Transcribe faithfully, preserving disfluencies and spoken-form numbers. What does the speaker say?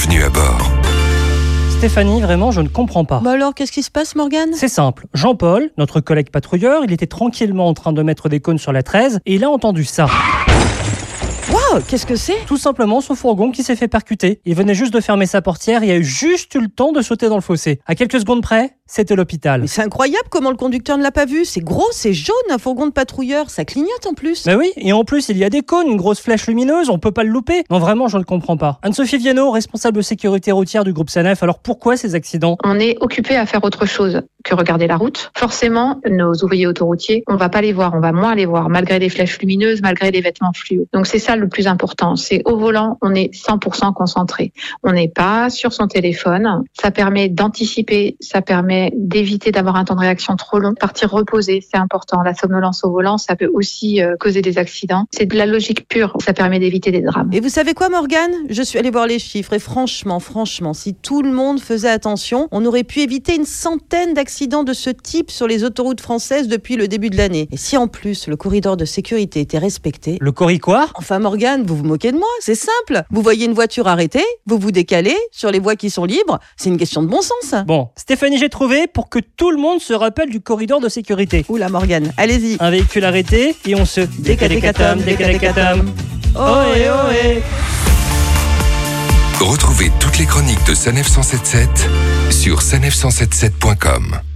bienvenue à bord. Stéphanie, vraiment, je ne comprends pas. Bah alors, qu'est-ce qui se passe, Morgane ? C'est simple. Jean-Paul, notre collègue patrouilleur, il était tranquillement en train de mettre des cônes sur la treize et il a entendu ça. Waouh, qu'est-ce que c'est ? Tout simplement son fourgon qui s'est fait percuter. Il venait juste de fermer sa portière et a eu juste eu le temps de sauter dans le fossé. À quelques secondes près, c'était l'hôpital. Mais c'est incroyable comment le conducteur ne l'a pas vu. C'est gros, c'est jaune, un fourgon de patrouilleur. Ça clignote en plus. Mais oui, et en plus, il y a des cônes, une grosse flèche lumineuse, on peut pas le louper. Non, vraiment, je ne comprends pas. Anne-Sophie Viennot, responsable de sécurité routière du groupe SANEF, alors pourquoi ces accidents ? On est occupé à faire autre chose que regarder la route. Forcément, nos ouvriers autoroutiers, on va pas les voir, on va moins les voir, malgré les flèches lumineuses, malgré les vêtements fluo. Donc c'est ça le plus important. C'est au volant, on est cent pour cent concentré. On n'est pas sur son téléphone. Ça permet d'anticiper, ça permet d'éviter d'avoir un temps de réaction trop long. Partir reposer, c'est important. La somnolence au volant, ça peut aussi euh, causer des accidents. C'est de la logique pure. Ça permet d'éviter des drames. Et vous savez quoi, Morgane ? Je suis allée voir les chiffres et franchement, franchement, si tout le monde faisait attention, on aurait pu éviter une centaine d'accidents de ce type sur les autoroutes françaises depuis le début de l'année. Et si en plus le corridor de sécurité était respecté... Le cori quoi ? Enfin, Morgane, vous vous moquez de moi, c'est simple. Vous voyez une voiture arrêtée, vous vous décalez sur les voies qui sont libres, c'est une question de bon sens. Bon, Stéphanie, j'ai trouvé pour que tout le monde se rappelle du corridor de sécurité. Oula, Morgane, allez-y. Un véhicule arrêté et on se décadécatom, décadécatom. Ohé, ohé. Retrouvez toutes les chroniques de SANEF cent soixante-dix-sept sur sanef cent soixante-dix-sept point com.